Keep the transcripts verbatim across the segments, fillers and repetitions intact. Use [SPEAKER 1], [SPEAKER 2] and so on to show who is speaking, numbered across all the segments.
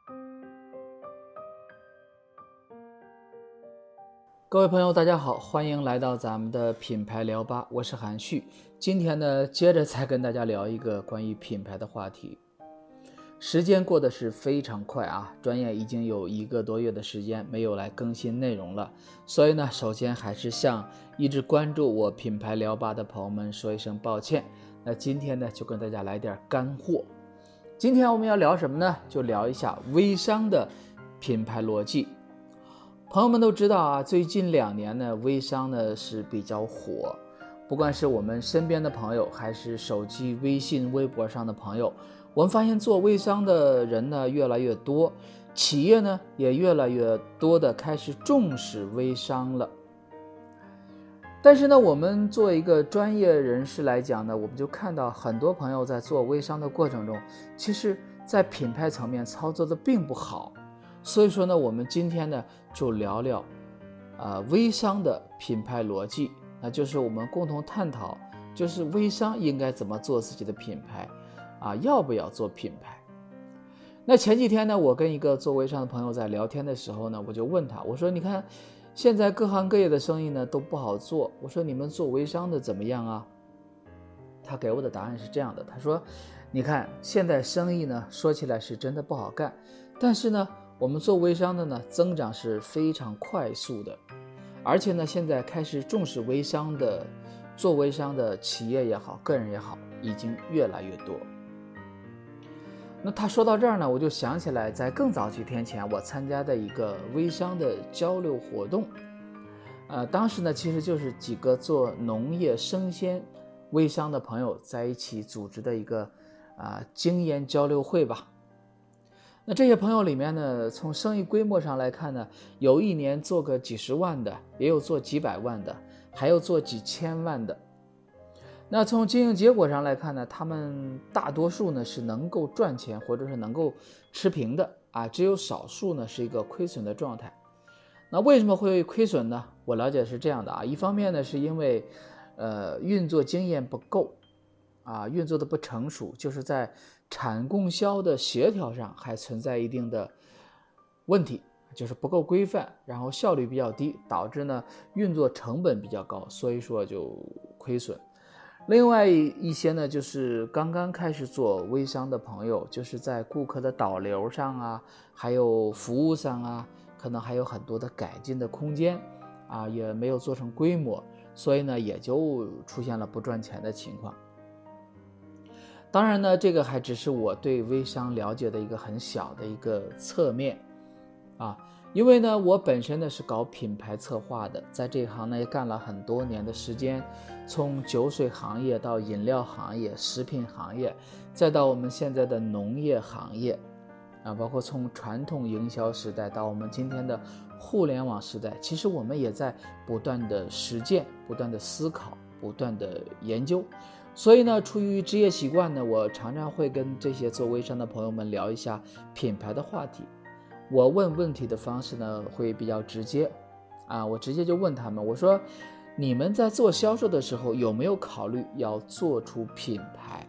[SPEAKER 1] 各位朋友大家好，欢迎来到咱们的品牌聊吧，我是韩旭。今天呢，接着再跟大家聊一个关于品牌的话题。时间过得是非常快啊，转眼已经有一个多月的时间没有来更新内容了，所以呢，首先还是向一直关注我品牌聊吧的朋友们说一声抱歉。那今天呢，就跟大家来点干货。今天我们要聊什么呢？就聊一下微商的品牌逻辑。朋友们都知道啊，最近两年呢，微商呢是比较火，不管是我们身边的朋友，还是手机、微信、微博上的朋友，我们发现做微商的人呢越来越多，企业呢也越来越多的开始重视微商了。但是呢，我们作为一个专业人士来讲呢，我们就看到很多朋友在做微商的过程中，其实在品牌层面操作的并不好。所以说呢，我们今天呢就聊聊呃微商的品牌逻辑，那就是我们共同探讨，就是微商应该怎么做自己的品牌啊，要不要做品牌。那前几天呢，我跟一个做微商的朋友在聊天的时候呢，我就问他，我说你看现在各行各业的生意呢都不好做，我说你们做微商的怎么样啊？他给我的答案是这样的，他说你看现在生意呢说起来是真的不好干，但是呢我们做微商的呢，增长是非常快速的，而且呢，现在开始重视微商的，做微商的企业也好，个人也好，已经越来越多。那他说到这儿呢，我就想起来，在更早几天前，我参加的一个微商的交流活动，呃，当时呢，其实就是几个做农业生鲜微商的朋友在一起组织的一个啊、呃、经验交流会吧。那这些朋友里面呢，从生意规模上来看呢，有一年做个几十万的，也有做几百万的，还有做几千万的。那从经营结果上来看呢，他们大多数呢是能够赚钱或者是能够持平的啊，只有少数呢是一个亏损的状态。那为什么会亏损呢？我了解是这样的啊，一方面呢是因为呃运作经验不够啊，运作的不成熟，就是在产供销的协调上还存在一定的问题，就是不够规范，然后效率比较低，导致呢运作成本比较高，所以说就亏损。另外一些呢，就是刚刚开始做微商的朋友，就是在顾客的导流上啊，还有服务上啊，可能还有很多的改进的空间啊，也没有做成规模，所以呢也就出现了不赚钱的情况。当然呢，这个还只是我对微商了解的一个很小的一个侧面啊，因为呢，我本身呢是搞品牌策划的，在这一行呢也干了很多年的时间，从酒水行业到饮料行业、食品行业，再到我们现在的农业行业啊，包括从传统营销时代到我们今天的互联网时代，其实我们也在不断的实践、不断的思考、不断的研究。所以呢，出于职业习惯呢，我常常会跟这些做微商的朋友们聊一下品牌的话题。我问问题的方式呢，会比较直接啊，我直接就问他们，我说你们在做销售的时候有没有考虑要做出品牌？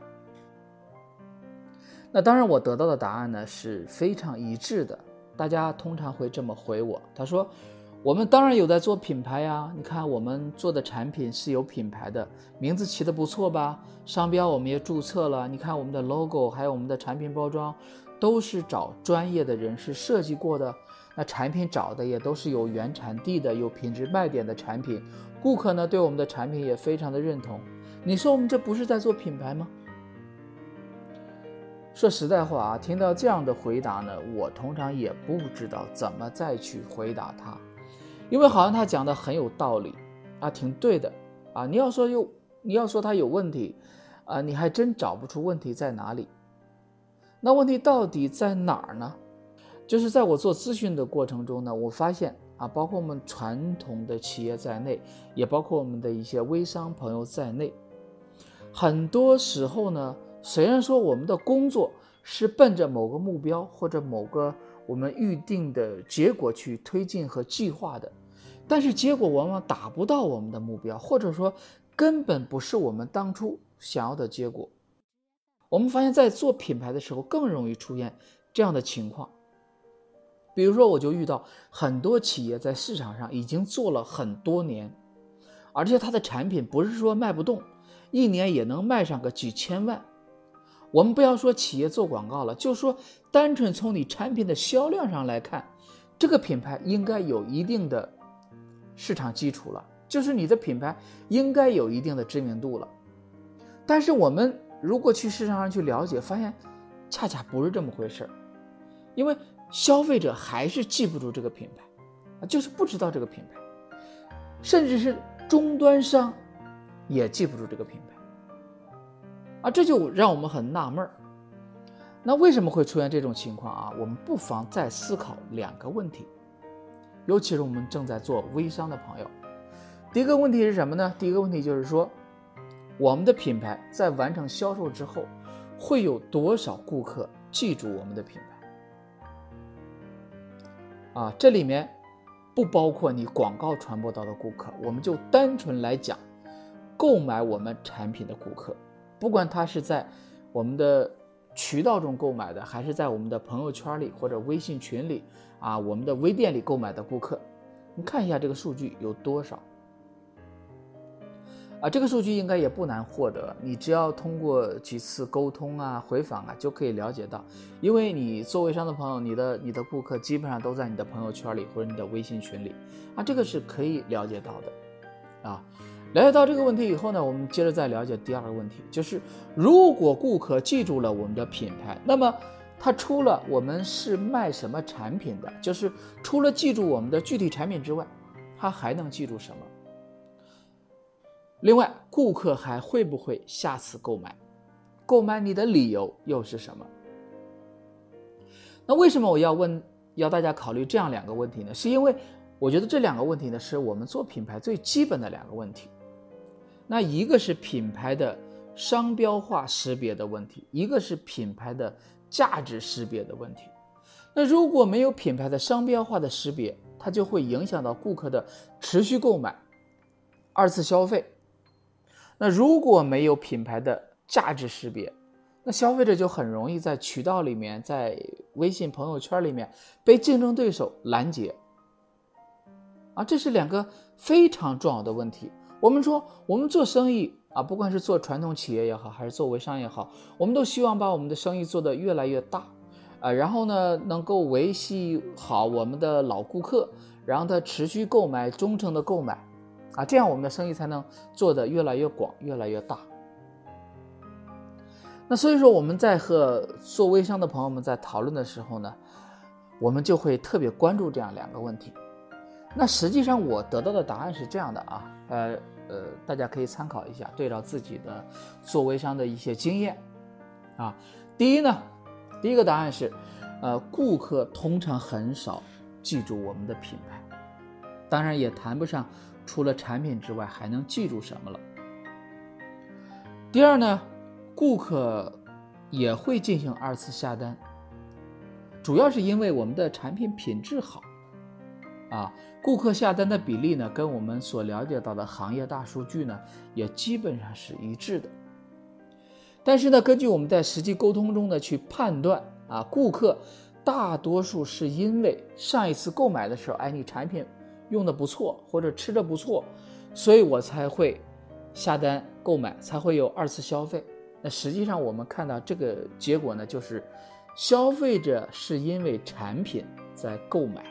[SPEAKER 1] 那当然我得到的答案呢是非常一致的，大家通常会这么回我，他说我们当然有在做品牌呀，你看我们做的产品是有品牌的，名字起得不错吧，商标我们也注册了，你看我们的 logo 还有我们的产品包装都是找专业的人士设计过的，那产品找的也都是有原产地的，有品质卖点的产品，顾客呢对我们的产品也非常的认同，你说我们这不是在做品牌吗？说实在话啊，听到这样的回答呢，我通常也不知道怎么再去回答他，因为好像他讲的很有道理啊，挺对的啊。你要说有，你要说他有问题啊，你还真找不出问题在哪里。那问题到底在哪儿呢？就是在我做咨询的过程中呢，我发现啊，包括我们传统的企业在内，也包括我们的一些微商朋友在内，很多时候呢，虽然说我们的工作是奔着某个目标或者某个我们预定的结果去推进和计划的，但是结果往往达不到我们的目标，或者说根本不是我们当初想要的结果。我们发现在做品牌的时候更容易出现这样的情况比如说我就遇到很多企业在市场上已经做了很多年，而且它的产品不是说卖不动，一年也能卖上个几千万。我们不要说企业做广告了，就说单纯从你产品的销量上来看，这个品牌应该有一定的市场基础了，就是你的品牌应该有一定的知名度了。但是我们如果去市场上去了解，发现恰恰不是这么回事，因为消费者还是记不住这个品牌，就是不知道这个品牌，甚至是终端商也记不住这个品牌啊，这就让我们很纳闷。那为什么会出现这种情况啊？我们不妨再思考两个问题，尤其是我们正在做微商的朋友。第一个问题是什么呢？第一个问题就是说，我们的品牌在完成销售之后，会有多少顾客记住我们的品牌？啊，这里面不包括你广告传播到的顾客，我们就单纯来讲，购买我们产品的顾客，不管他是在我们的渠道中购买的，还是在我们的朋友圈里或者微信群里啊，我们的微店里购买的顾客，你看一下这个数据有多少啊？这个数据应该也不难获得，你只要通过几次沟通啊、回访啊，就可以了解到。因为你做微商的朋友，你的你的顾客基本上都在你的朋友圈里或者你的微信群里啊，这个是可以了解到的啊。了解到这个问题以后呢，我们接着再了解第二个问题，就是如果顾客记住了我们的品牌，那么他除了我们是卖什么产品的，就是除了记住我们的具体产品之外，他还能记住什么？另外，顾客还会不会下次购买？购买你的理由又是什么？那为什么我要问要大家考虑这样两个问题呢？是因为我觉得这两个问题呢，是我们做品牌最基本的两个问题。那一个是品牌的商标化识别的问题，一个是品牌的价值识别的问题。那如果没有品牌的商标化的识别，它就会影响到顾客的持续购买、二次消费。那如果没有品牌的价值识别，那消费者就很容易在渠道里面，在微信朋友圈里面被竞争对手拦截啊，这是两个非常重要的问题。我们说我们做生意啊，不管是做传统企业也好，还是做微商也好，我们都希望把我们的生意做得越来越大啊，然后呢能够维系好我们的老顾客，然后他持续购买、忠诚的购买啊，这样我们的生意才能做得越来越广、越来越大。那所以说我们在和做微商的朋友们在讨论的时候呢，我们就会特别关注这样两个问题。那实际上我得到的答案是这样的啊，呃呃，大家可以参考一下，对照自己的做微商的一些经验啊。第一呢，第一个答案是，呃，顾客通常很少记住我们的品牌，当然也谈不上除了产品之外还能记住什么了。第二呢，顾客也会进行二次下单，主要是因为我们的产品品质好啊，顾客下单的比例呢，跟我们所了解到的行业大数据呢，也基本上是一致的。但是呢，根据我们在实际沟通中呢去判断啊，顾客大多数是因为上一次购买的时候，哎，你产品用的不错，或者吃的不错，所以我才会下单购买，才会有二次消费。那实际上我们看到这个结果呢，就是消费者是因为产品在购买。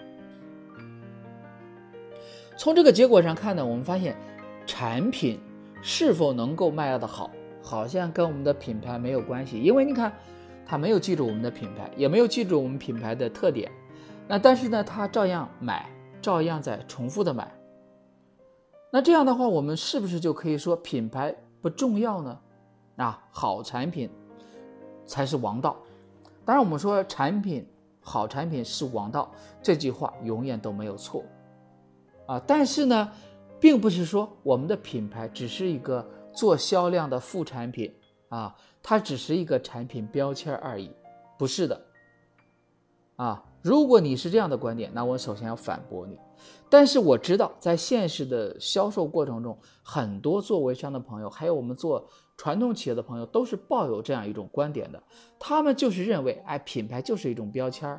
[SPEAKER 1] 从这个结果上看呢，我们发现产品是否能够卖得好，好像跟我们的品牌没有关系，因为你看他没有记住我们的品牌，也没有记住我们品牌的特点，那但是呢他照样买，照样在重复的买。那这样的话，我们是不是就可以说品牌不重要呢？啊，好产品才是王道。当然我们说产品好产品是王道，这句话永远都没有错啊，但是呢并不是说我们的品牌只是一个做销量的副产品啊，它只是一个产品标签而已，不是的啊。如果你是这样的观点，那我首先要反驳你。但是我知道在现实的销售过程中，很多做微商的朋友，还有我们做传统企业的朋友，都是抱有这样一种观点的。他们就是认为，哎，品牌就是一种标签，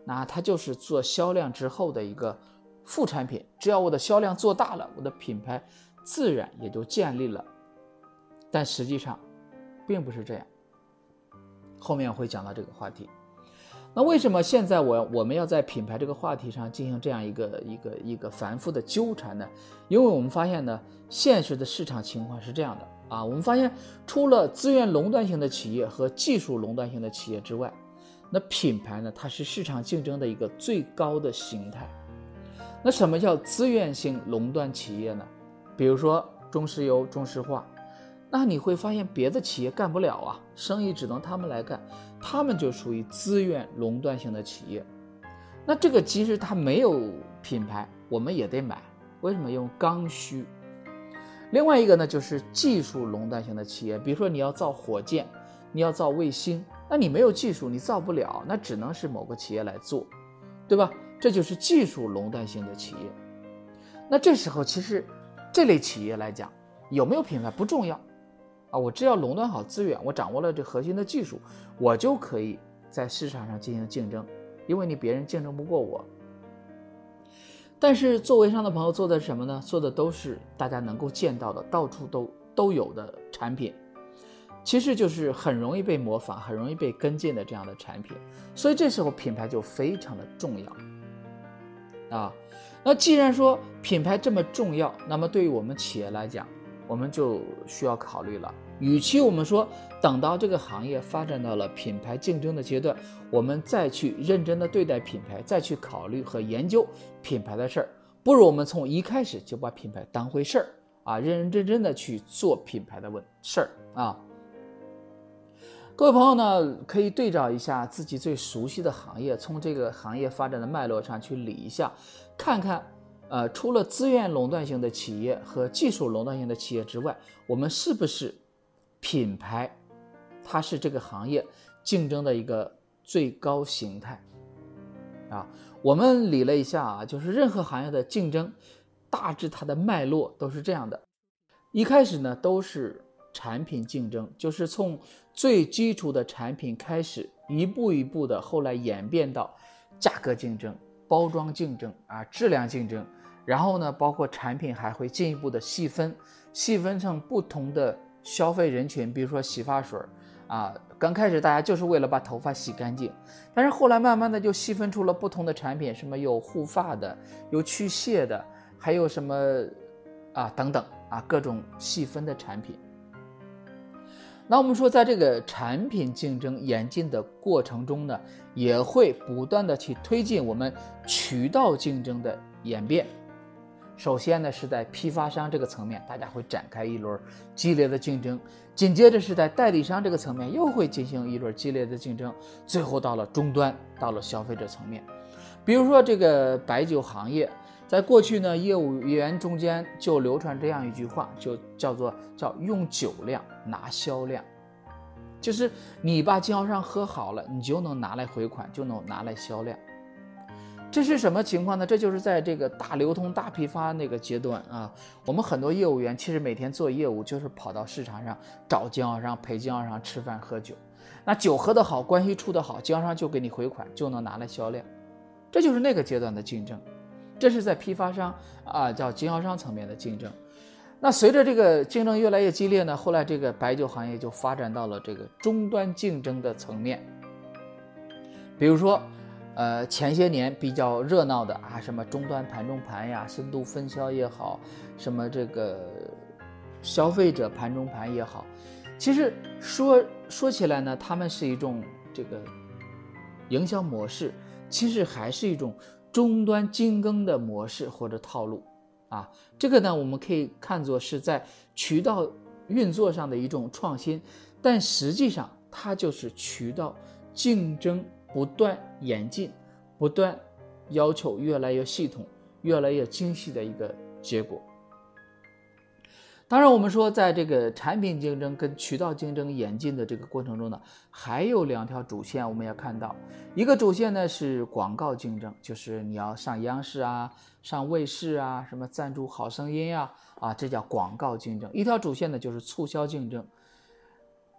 [SPEAKER 1] 那它就是做销量之后的一个副产品。只要我的销量做大了，我的品牌自然也就建立了。但实际上并不是这样，后面我会讲到这个话题。那为什么现在我我们要在品牌这个话题上进行这样一个一个一个反复的纠缠呢？因为我们发现呢，现实的市场情况是这样的啊，我们发现除了资源垄断型的企业和技术垄断型的企业之外，那品牌呢，它是市场竞争的一个最高的形态。那什么叫资源性垄断企业呢？比如说中石油、中石化，那你会发现别的企业干不了啊，生意只能他们来干，他们就属于资源垄断型的企业。那这个即使它没有品牌，我们也得买，为什么？用刚需。另外一个呢，就是技术垄断型的企业，比如说你要造火箭，你要造卫星，那你没有技术，你造不了，那只能是某个企业来做，对吧？这就是技术垄断型的企业。那这时候其实这类企业来讲，有没有品牌不重要啊，我只要垄断好资源，我掌握了这核心的技术，我就可以在市场上进行竞争，因为你别人竞争不过我。但是做微商的朋友做的是什么呢？做的都是大家能够见到的，到处都都有的产品，其实就是很容易被模仿，很容易被跟进的这样的产品。所以这时候品牌就非常的重要啊。那既然说品牌这么重要，那么对于我们企业来讲，我们就需要考虑了，与其我们说等到这个行业发展到了品牌竞争的阶段，我们再去认真的对待品牌，再去考虑和研究品牌的事儿，不如我们从一开始就把品牌当回事儿啊，认认真真的去做品牌的问事儿啊。各位朋友呢，可以对照一下自己最熟悉的行业，从这个行业发展的脉络上去理一下，看看呃，除了资源垄断型的企业和技术垄断型的企业之外，我们是不是品牌它是这个行业竞争的一个最高形态啊？我们理了一下啊，就是任何行业的竞争大致它的脉络都是这样的。一开始呢都是产品竞争，就是从最基础的产品开始，一步一步的后来演变到价格竞争、包装竞争啊、质量竞争，然后呢包括产品还会进一步的细分，细分成不同的消费人群，比如说洗发水啊，刚开始大家就是为了把头发洗干净，但是后来慢慢的就细分出了不同的产品，什么有护发的，有去屑的，还有什么啊等等啊，各种细分的产品。那我们说在这个产品竞争演进的过程中呢，也会不断的去推进我们渠道竞争的演变。首先呢是在批发商这个层面，大家会展开一轮激烈的竞争，紧接着是在代理商这个层面又会进行一轮激烈的竞争，最后到了终端，到了消费者层面。比如说这个白酒行业，在过去呢，业务员中间就流传这样一句话，就叫做叫用酒量拿销量，就是你把经销商喝好了，你就能拿来回款，就能拿来销量。这是什么情况呢？这就是在这个大流通大批发那个阶段啊，我们很多业务员其实每天做业务就是跑到市场上找经销商，陪经销商吃饭喝酒，那酒喝得好，关系处得好，经销商就给你回款，就能拿来销量。这就是那个阶段的竞争，这是在批发商啊叫经销商层面的竞争。那随着这个竞争越来越激烈呢，后来这个白酒行业就发展到了这个终端竞争的层面。比如说呃，前些年比较热闹的啊，什么终端盘中盘呀，深度分销也好，什么这个消费者盘中盘也好，其实说说起来呢，他们是一种这个营销模式，其实还是一种终端精耕的模式或者套路啊。这个呢，我们可以看作是在渠道运作上的一种创新，但实际上它就是渠道竞争不断演进，不断要求越来越系统，越来越精细的一个结果。当然我们说在这个产品竞争跟渠道竞争演进的这个过程中呢，还有两条主线我们要看到。一个主线呢是广告竞争，就是你要上央视啊，上卫视啊，什么赞助好声音啊，啊这叫广告竞争。一条主线呢就是促销竞争。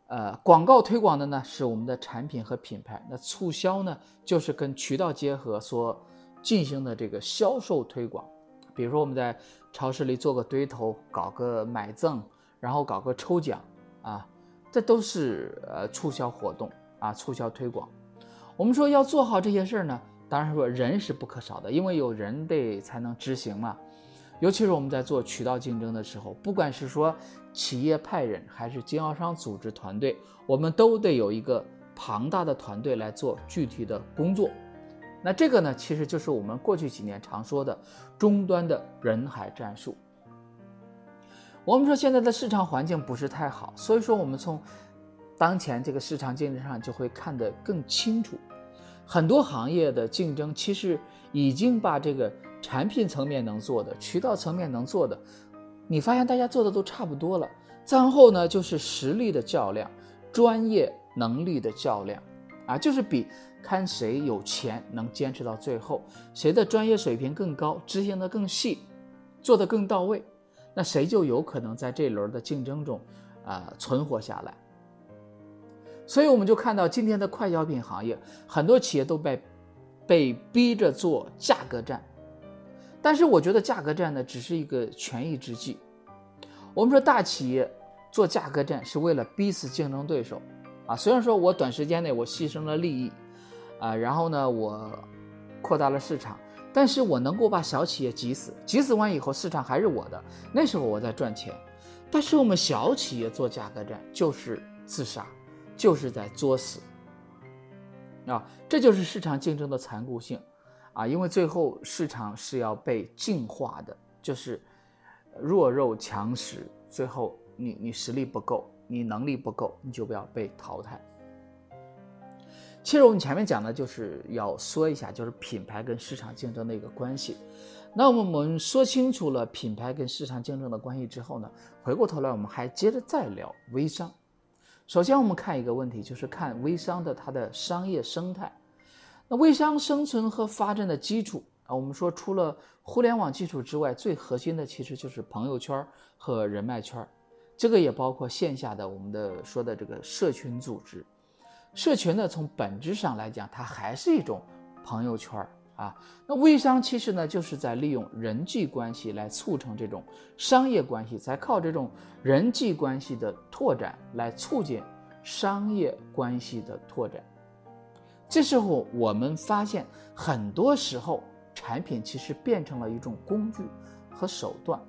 [SPEAKER 1] 呃，广告推广的呢是我们的产品和品牌，那促销呢就是跟渠道结合所进行的这个销售推广。比如说我们在超市里做个堆头，搞个买赠，然后搞个抽奖啊，这都是呃促销活动啊，促销推广。我们说要做好这些事儿呢，当然说人是不可少的，因为有人得才能执行嘛。尤其是我们在做渠道竞争的时候，不管是说企业派人还是经销商组织团队，我们都得有一个庞大的团队来做具体的工作。那这个呢，其实就是我们过去几年常说的终端的人海战术。我们说现在的市场环境不是太好，所以说我们从当前这个市场竞争上就会看得更清楚。很多行业的竞争其实已经把这个产品层面能做的、渠道层面能做的，你发现大家做的都差不多了。再往后呢，就是实力的较量、专业能力的较量啊，就是比看谁有钱能坚持到最后，谁的专业水平更高，执行的更细，做得更到位，那谁就有可能在这一轮的竞争中啊、呃、存活下来。所以我们就看到今天的快消品行业，很多企业都被被逼着做价格战。但是我觉得价格战呢，只是一个权宜之计。我们说大企业做价格战是为了逼死竞争对手啊，虽然说我短时间内我牺牲了利益啊，然后呢我扩大了市场，但是我能够把小企业挤死，挤死完以后市场还是我的，那时候我在赚钱。但是我们小企业做价格战就是自杀，就是在作死啊，这就是市场竞争的残酷性啊，因为最后市场是要被净化的，就是弱肉强食，最后你你实力不够，你能力不够，你就不要被淘汰。其实我们前面讲的就是要说一下，就是品牌跟市场竞争的一个关系。那我们说清楚了品牌跟市场竞争的关系之后呢，回过头来我们还接着再聊微商。首先我们看一个问题，就是看微商的它的商业生态。那微商生存和发展的基础啊，我们说除了互联网基础之外，最核心的其实就是朋友圈和人脉圈，这个也包括线下的我们的说的这个社群组织。社群呢，从本质上来讲，它还是一种朋友圈啊。那微商其实呢，就是在利用人际关系来促成这种商业关系，再靠这种人际关系的拓展来促进商业关系的拓展。这时候我们发现，很多时候产品其实变成了一种工具和手段。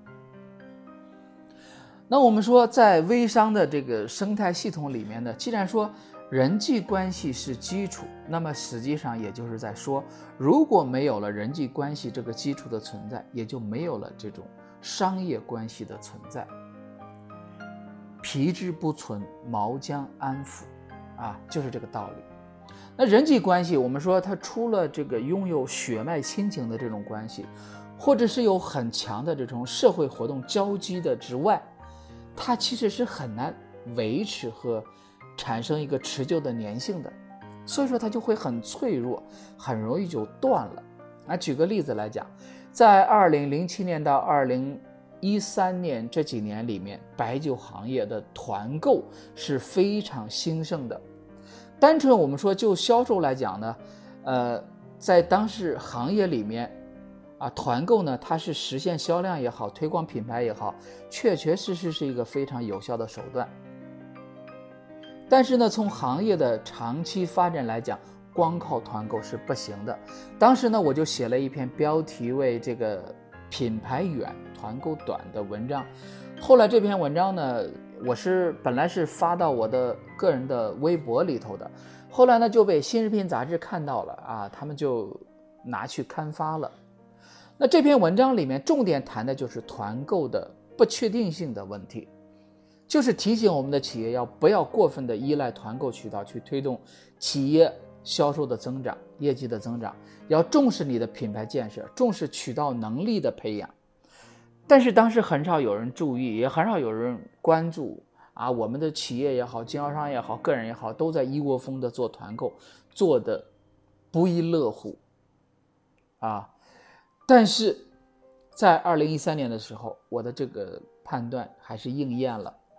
[SPEAKER 1] 那我们说，在微商的这个生态系统里面呢，既然说人际关系是基础，那么实际上也就是在说，如果没有了人际关系这个基础的存在，也就没有了这种商业关系的存在。皮之不存，毛将安抚啊，就是这个道理。那人际关系，我们说它除了这个拥有血脉亲情的这种关系，或者是有很强的这种社会活动交集的之外，它其实是很难维持和产生一个持久的粘性的，所以说它就会很脆弱，很容易就断了。啊，举个例子来讲，在二零零七年到二零一三年这几年里面，白酒行业的团购是非常兴盛的。单纯我们说就销售来讲呢，呃，在当时行业里面啊，团购呢，它是实现销量也好，推广品牌也好，确确实实是一个非常有效的手段。但是呢，从行业的长期发展来讲，光靠团购是不行的。当时呢，我就写了一篇标题为这个品牌远团购短的文章。后来这篇文章呢，我是本来是发到我的个人的微博里头的，后来呢就被新食品杂志看到了啊，他们就拿去刊发了。那这篇文章里面重点谈的就是团购的不确定性的问题，就是提醒我们的企业要不要过分的依赖团购渠道去推动企业销售的增长、业绩的增长，要重视你的品牌建设，重视渠道能力的培养。但是当时很少有人注意，也很少有人关注啊，我们的企业也好，经销商也好，个人也好，都在一窝蜂的做团购，做的不亦乐乎啊。但是在二零一三年的时候，我的这个判断还是应验了。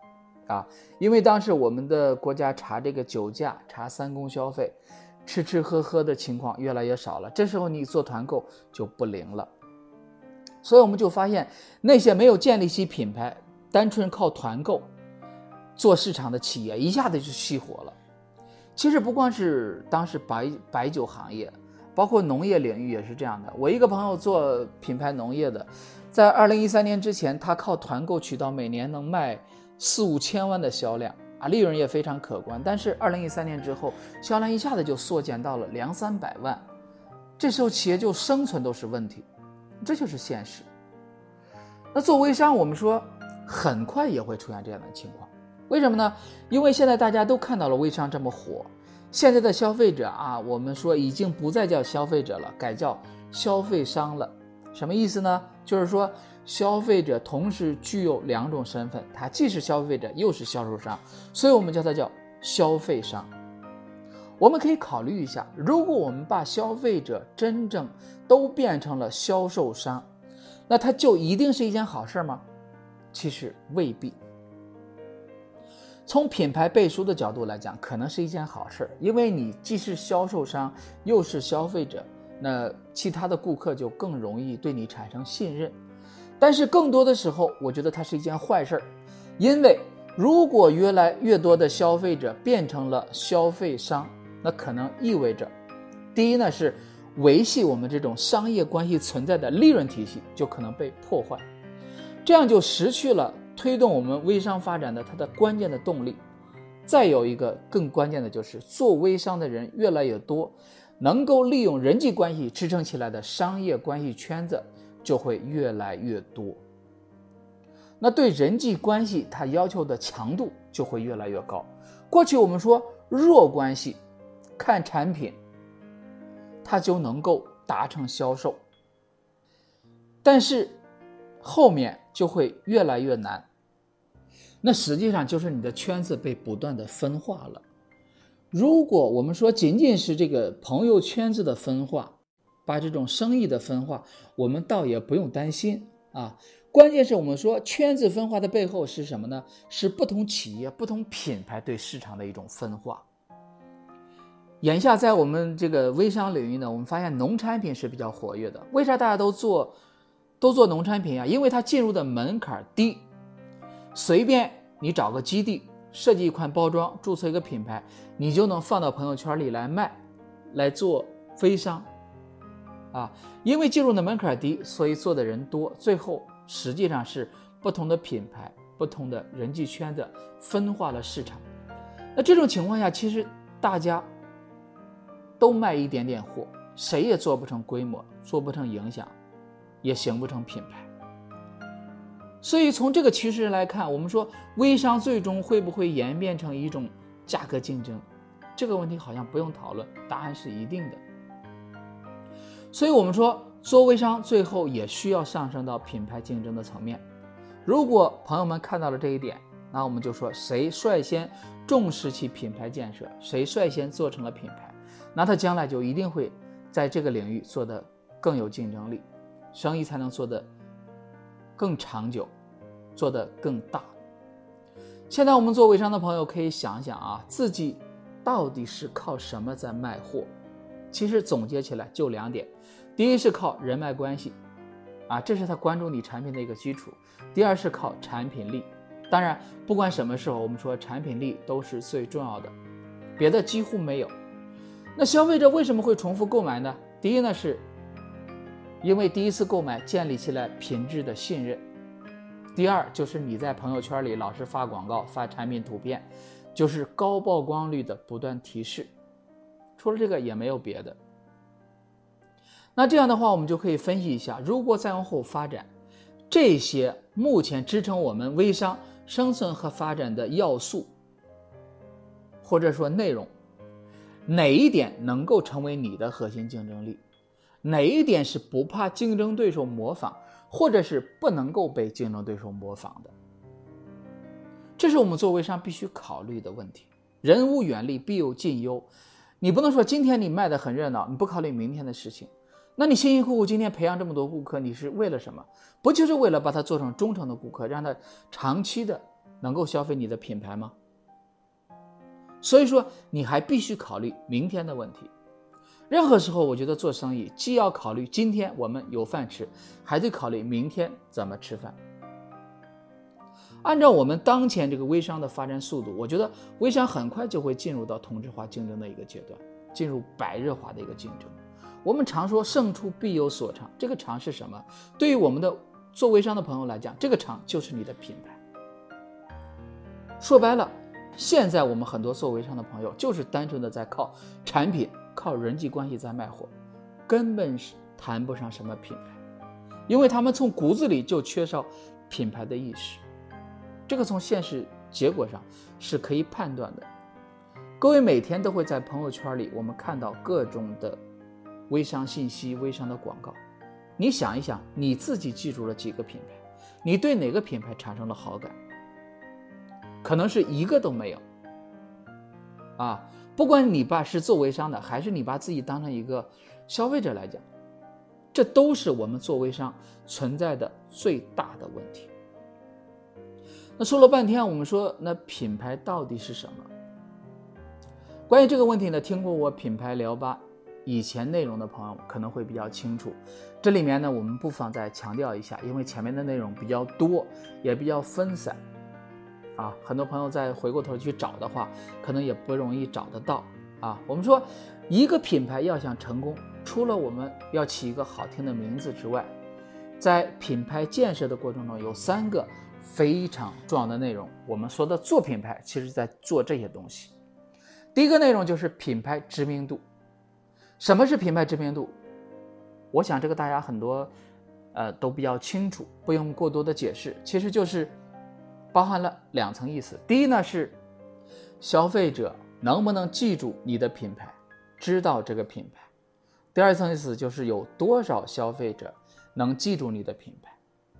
[SPEAKER 1] 啊，因为当时我们的国家查这个酒驾、查三公消费，吃吃喝喝的情况越来越少了，这时候你做团购就不灵了。所以我们就发现那些没有建立起品牌，单纯靠团购做市场的企业一下子就熄火了。其实不光是当时白白酒行业，包括农业领域也是这样的。我一个朋友做品牌农业的，在二零一三年之前，他靠团购渠道每年能卖四五千万的销量啊，利润也非常可观。但是二零一三年之后，销量一下子就缩减到了两三百万，这时候企业就生存都是问题，这就是现实。那做微商，我们说很快也会出现这样的情况。为什么呢？因为现在大家都看到了微商这么火，现在的消费者啊，我们说已经不再叫消费者了，改叫消费商了。什么意思呢？就是说消费者同时具有两种身份，他既是消费者又是销售商，所以我们叫他叫消费商。我们可以考虑一下，如果我们把消费者真正都变成了销售商，那它就一定是一件好事吗？其实未必。从品牌背书的角度来讲，可能是一件好事，因为你既是销售商又是消费者，那其他的顾客就更容易对你产生信任。但是更多的时候，我觉得它是一件坏事，因为如果越来越多的消费者变成了消费商，那可能意味着，第一呢是维系我们这种商业关系存在的利润体系就可能被破坏，这样就失去了推动我们微商发展的它的关键的动力。再有一个更关键的就是做微商的人越来越多，能够利用人际关系支撑起来的商业关系圈子就会越来越多，那对人际关系它要求的强度就会越来越高。过去我们说弱关系看产品它就能够达成销售，但是后面就会越来越难，那实际上就是你的圈子被不断的分化了。如果我们说仅仅是这个朋友圈子的分化，把这种生意的分化，我们倒也不用担心啊。关键是我们说圈子分化的背后是什么呢？是不同企业、不同品牌对市场的一种分化。眼下在我们这个微商领域呢，我们发现农产品是比较活跃的。为啥大家都做都做农产品啊？因为它进入的门槛低，随便你找个基地设计一款包装，注册一个品牌，你就能放到朋友圈里来卖，来做微商啊。因为进入的门槛低，所以做的人多，最后实际上是不同的品牌、不同的人际圈子分化了市场。那这种情况下，其实大家都卖一点点货，谁也做不成规模，做不成影响，也形不成品牌。所以从这个趋势来看，我们说微商最终会不会演变成一种价格竞争，这个问题好像不用讨论，答案是一定的。所以我们说做微商最后也需要上升到品牌竞争的层面。如果朋友们看到了这一点，那我们就说谁率先重视起品牌建设，谁率先做成了品牌，那他将来就一定会在这个领域做得更有竞争力，生意才能做得更长久，做得更大。现在我们做微商的朋友可以想想啊，自己到底是靠什么在卖货？其实总结起来就两点，第一是靠人脉关系啊，这是他关注你产品的一个基础。第二是靠产品力，当然不管什么时候，我们说产品力都是最重要的，别的几乎没有。那消费者为什么会重复购买呢？第一呢，是因为第一次购买建立起来品质的信任，第二就是你在朋友圈里老是发广告、发产品图片，就是高曝光率的不断提示，除了这个也没有别的。那这样的话，我们就可以分析一下，如果再往后发展，这些目前支撑我们微商生存和发展的要素，或者说内容，哪一点能够成为你的核心竞争力？哪一点是不怕竞争对手模仿，或者是不能够被竞争对手模仿的？这是我们做微商必须考虑的问题。人无远虑，必有近忧。你不能说今天你卖得很热闹，你不考虑明天的事情。那你辛辛苦苦今天培养这么多顾客，你是为了什么？不就是为了把它做成忠诚的顾客，让他长期的能够消费你的品牌吗？所以说你还必须考虑明天的问题。任何时候我觉得做生意既要考虑今天我们有饭吃，还得考虑明天怎么吃饭。按照我们当前这个微商的发展速度，我觉得微商很快就会进入到同质化竞争的一个阶段，进入白热化的一个竞争。我们常说胜出必有所长，这个长是什么？对于我们的做微商的朋友来讲，这个长就是你的品牌。说白了，现在我们很多做微商的朋友就是单纯的在靠产品、靠人际关系在卖货，根本是谈不上什么品牌，因为他们从骨子里就缺少品牌的意识。这个从现实结果上是可以判断的。各位每天都会在朋友圈里，我们看到各种的微商信息、微商的广告。你想一想，你自己记住了几个品牌？你对哪个品牌产生了好感？可能是一个都没有啊！不管你把是做微商的，还是你把自己当成一个消费者来讲，这都是我们做微商存在的最大的问题。那说了半天，我们说那品牌到底是什么？关于这个问题呢，听过我品牌聊吧以前内容的朋友可能会比较清楚。这里面呢，我们不妨再强调一下，因为前面的内容比较多，也比较分散啊，很多朋友再回过头去找的话，可能也不容易找得到啊。我们说一个品牌要想成功，除了我们要起一个好听的名字之外，在品牌建设的过程中有三个非常重要的内容。我们说的做品牌其实在做这些东西。第一个内容就是品牌知名度。什么是品牌知名度？我想这个大家很多呃都比较清楚，不用过多的解释，其实就是包含了两层意思。第一呢是消费者能不能记住你的品牌，知道这个品牌。第二层意思就是有多少消费者能记住你的品牌。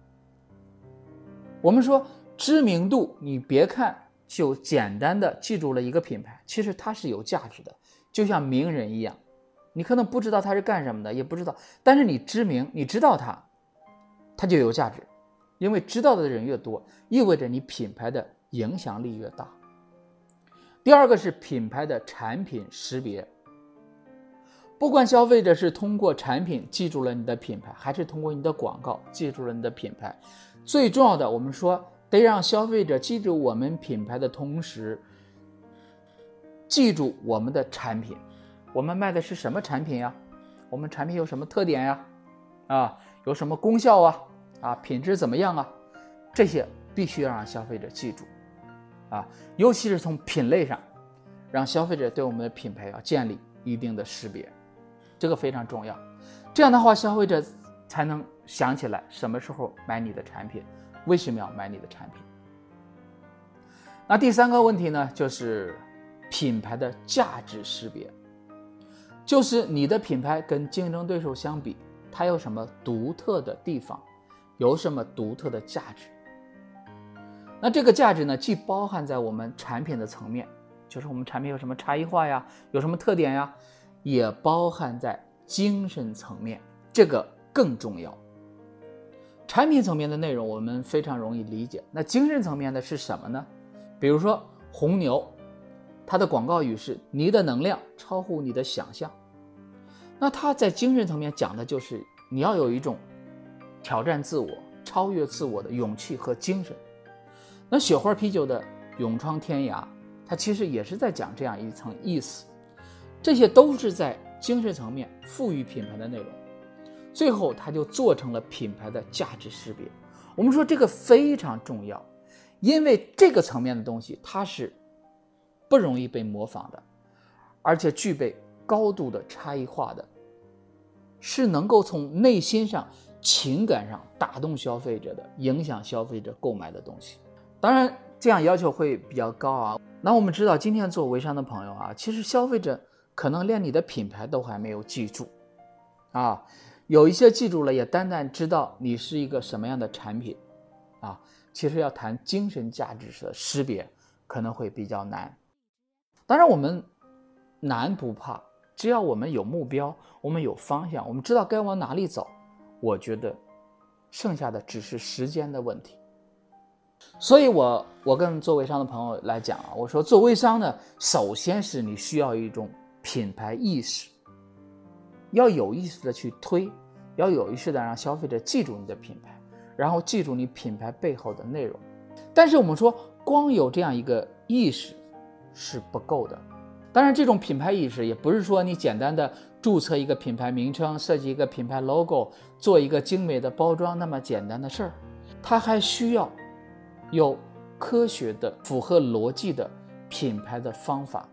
[SPEAKER 1] 我们说知名度，你别看就简单的记住了一个品牌，其实它是有价值的，就像名人一样，你可能不知道他是干什么的，也不知道，但是你知名，你知道他，他就有价值，因为知道的人越多，意味着你品牌的影响力越大。第二个是品牌的产品识别。不管消费者是通过产品记住了你的品牌，还是通过你的广告记住了你的品牌，最重要的，我们说得让消费者记住我们品牌的同时，记住我们的产品。我们卖的是什么产品呀？我们产品有什么特点呀？啊，有什么功效啊？啊，品质怎么样啊？这些必须要让消费者记住啊，尤其是从品类上，让消费者对我们的品牌要建立一定的识别，这个非常重要。这样的话，消费者才能想起来什么时候买你的产品，为什么要买你的产品。那第三个问题呢，就是品牌的价值识别，就是你的品牌跟竞争对手相比，它有什么独特的地方，有什么独特的价值。那这个价值呢，既包含在我们产品的层面，就是我们产品有什么差异化呀，有什么特点呀，也包含在精神层面，这个更重要。产品层面的内容我们非常容易理解，那精神层面的是什么呢？比如说红牛，它的广告语是你的能量超乎你的想象，那它在精神层面讲的就是你要有一种挑战自我、超越自我的勇气和精神。那雪花啤酒的勇闯天涯，它其实也是在讲这样一层意思。这些都是在精神层面赋予品牌的内容，最后它就做成了品牌的价值识别。我们说这个非常重要，因为这个层面的东西它是不容易被模仿的，而且具备高度的差异化的，是能够从内心上、情感上打动消费者的，影响消费者购买的东西。当然这样要求会比较高啊。那我们知道今天做微商的朋友啊，其实消费者可能连你的品牌都还没有记住啊，有一些记住了，也单单知道你是一个什么样的产品啊，其实要谈精神价值的识别可能会比较难。当然我们难不怕，只要我们有目标，我们有方向，我们知道该往哪里走，我觉得剩下的只是时间的问题。 所以我我跟做微商的朋友来讲啊，我说做微商呢，首先是你需要一种品牌意识，要有意识的去推，要有意识的让消费者记住你的品牌，然后记住你品牌背后的内容。但是我们说光有这样一个意识是不够的。当然这种品牌意识也不是说你简单的注册一个品牌名称，设计一个品牌 logo， 做一个精美的包装那么简单的事儿，它还需要有科学的符合逻辑的品牌的方法。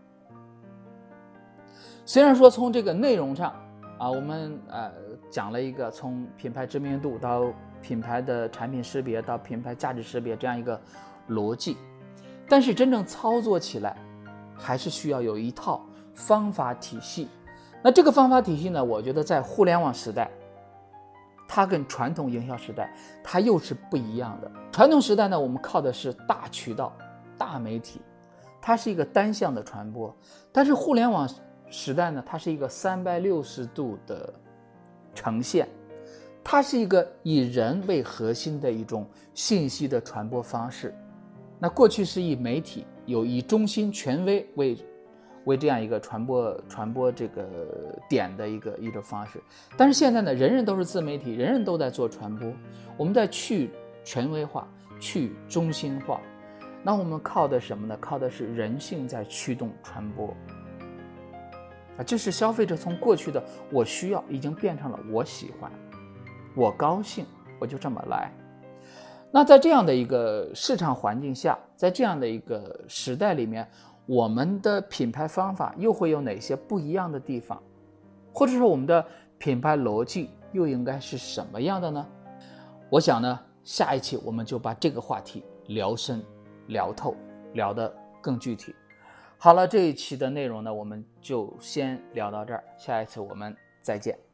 [SPEAKER 1] 虽然说从这个内容上啊，我们呃讲了一个从品牌知名度到品牌的产品识别到品牌价值识别这样一个逻辑，但是真正操作起来还是需要有一套方法体系。那这个方法体系呢，我觉得在互联网时代它跟传统营销时代它又是不一样的。传统时代呢，我们靠的是大渠道大媒体，它是一个单向的传播，但是互联网时代呢，它是一个三百六十度的呈现，它是一个以人为核心的一种信息的传播方式。那过去是以媒体有以中心权威为为这样一个传播传播这个点的一个一种方式，但是现在呢，人人都是自媒体，人人都在做传播，我们在去权威化去中心化，那我们靠的什么呢？靠的是人性在驱动传播啊，这是消费者从过去的我需要已经变成了我喜欢，我高兴，我就这么来。那在这样的一个市场环境下，在这样的一个时代里面，我们的品牌方法又会有哪些不一样的地方，或者说我们的品牌逻辑又应该是什么样的呢？我想呢，下一期我们就把这个话题聊深聊透，聊得更具体。好了，这一期的内容呢，我们就先聊到这儿，下一次我们再见。